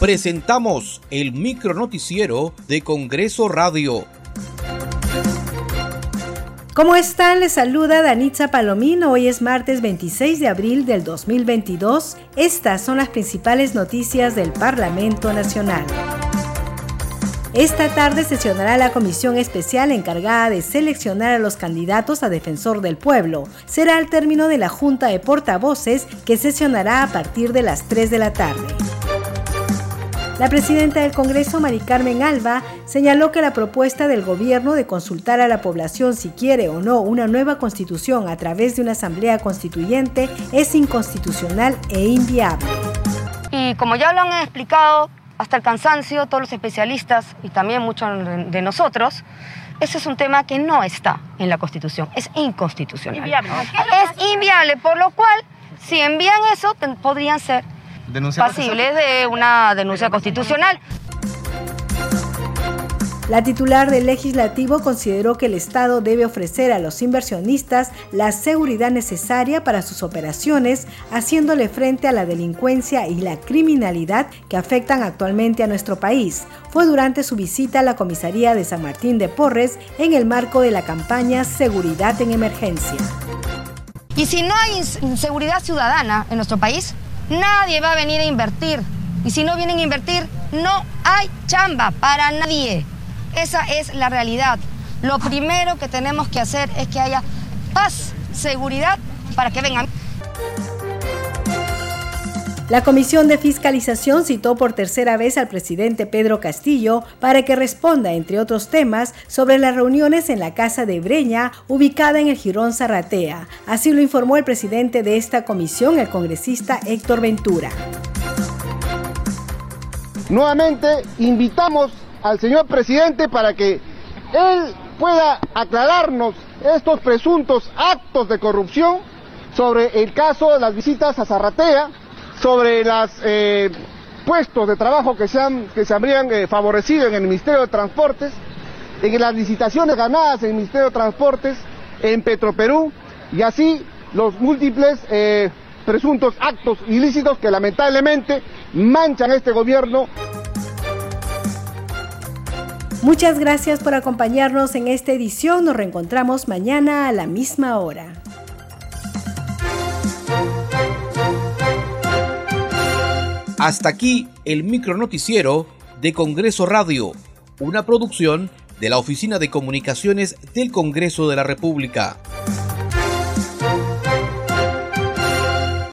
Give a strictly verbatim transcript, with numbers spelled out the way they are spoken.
Presentamos el micronoticiero de Congreso Radio. ¿Cómo están? Les saluda Danitza Palomino. Hoy es martes veintiséis de abril del dos mil veintidós. Estas son las principales noticias del Parlamento Nacional. Esta tarde sesionará la comisión especial encargada de seleccionar a los candidatos a Defensor del Pueblo. Será al término de la Junta de Portavoces, que sesionará a partir de las tres de la tarde. La presidenta del Congreso, Mari Carmen Alba, señaló que la propuesta del gobierno de consultar a la población si quiere o no una nueva constitución a través de una asamblea constituyente es inconstitucional e inviable. Y como ya lo han explicado hasta el cansancio todos los especialistas y también muchos de nosotros, ese es un tema que no está en la Constitución, es inconstitucional. Inviable. Es inviable, por lo cual, si envían eso, podrían ser pasibles de una denuncia constitucional. La titular del Legislativo consideró que el Estado debe ofrecer a los inversionistas la seguridad necesaria para sus operaciones, haciéndole frente a la delincuencia y la criminalidad que afectan actualmente a nuestro país. Fue durante su visita a la comisaría de San Martín de Porres en el marco de la campaña Seguridad en Emergencia. Y si no hay seguridad ciudadana en nuestro país, nadie va a venir a invertir. Y si no vienen a invertir, no hay chamba para nadie. Esa es la realidad. Lo primero que tenemos que hacer es que haya paz, seguridad, para que vengan. La Comisión de Fiscalización citó por tercera vez al presidente Pedro Castillo para que responda, entre otros temas, sobre las reuniones en la Casa de Breña, ubicada en el Jirón Zarratea. Así lo informó el presidente de esta comisión, el congresista Héctor Ventura. Nuevamente invitamos al señor presidente para que él pueda aclararnos estos presuntos actos de corrupción sobre el caso de las visitas a Zarratea, sobre los eh, puestos de trabajo que se, han, que se habrían eh, favorecido en el Ministerio de Transportes, en las licitaciones ganadas en el Ministerio de Transportes, en Petroperú, y así los múltiples eh, presuntos actos ilícitos que lamentablemente manchan a este gobierno. Muchas gracias por acompañarnos en esta edición. Nos reencontramos mañana a la misma hora. Hasta aquí el micronoticiero de Congreso Radio, una producción de la Oficina de Comunicaciones del Congreso de la República.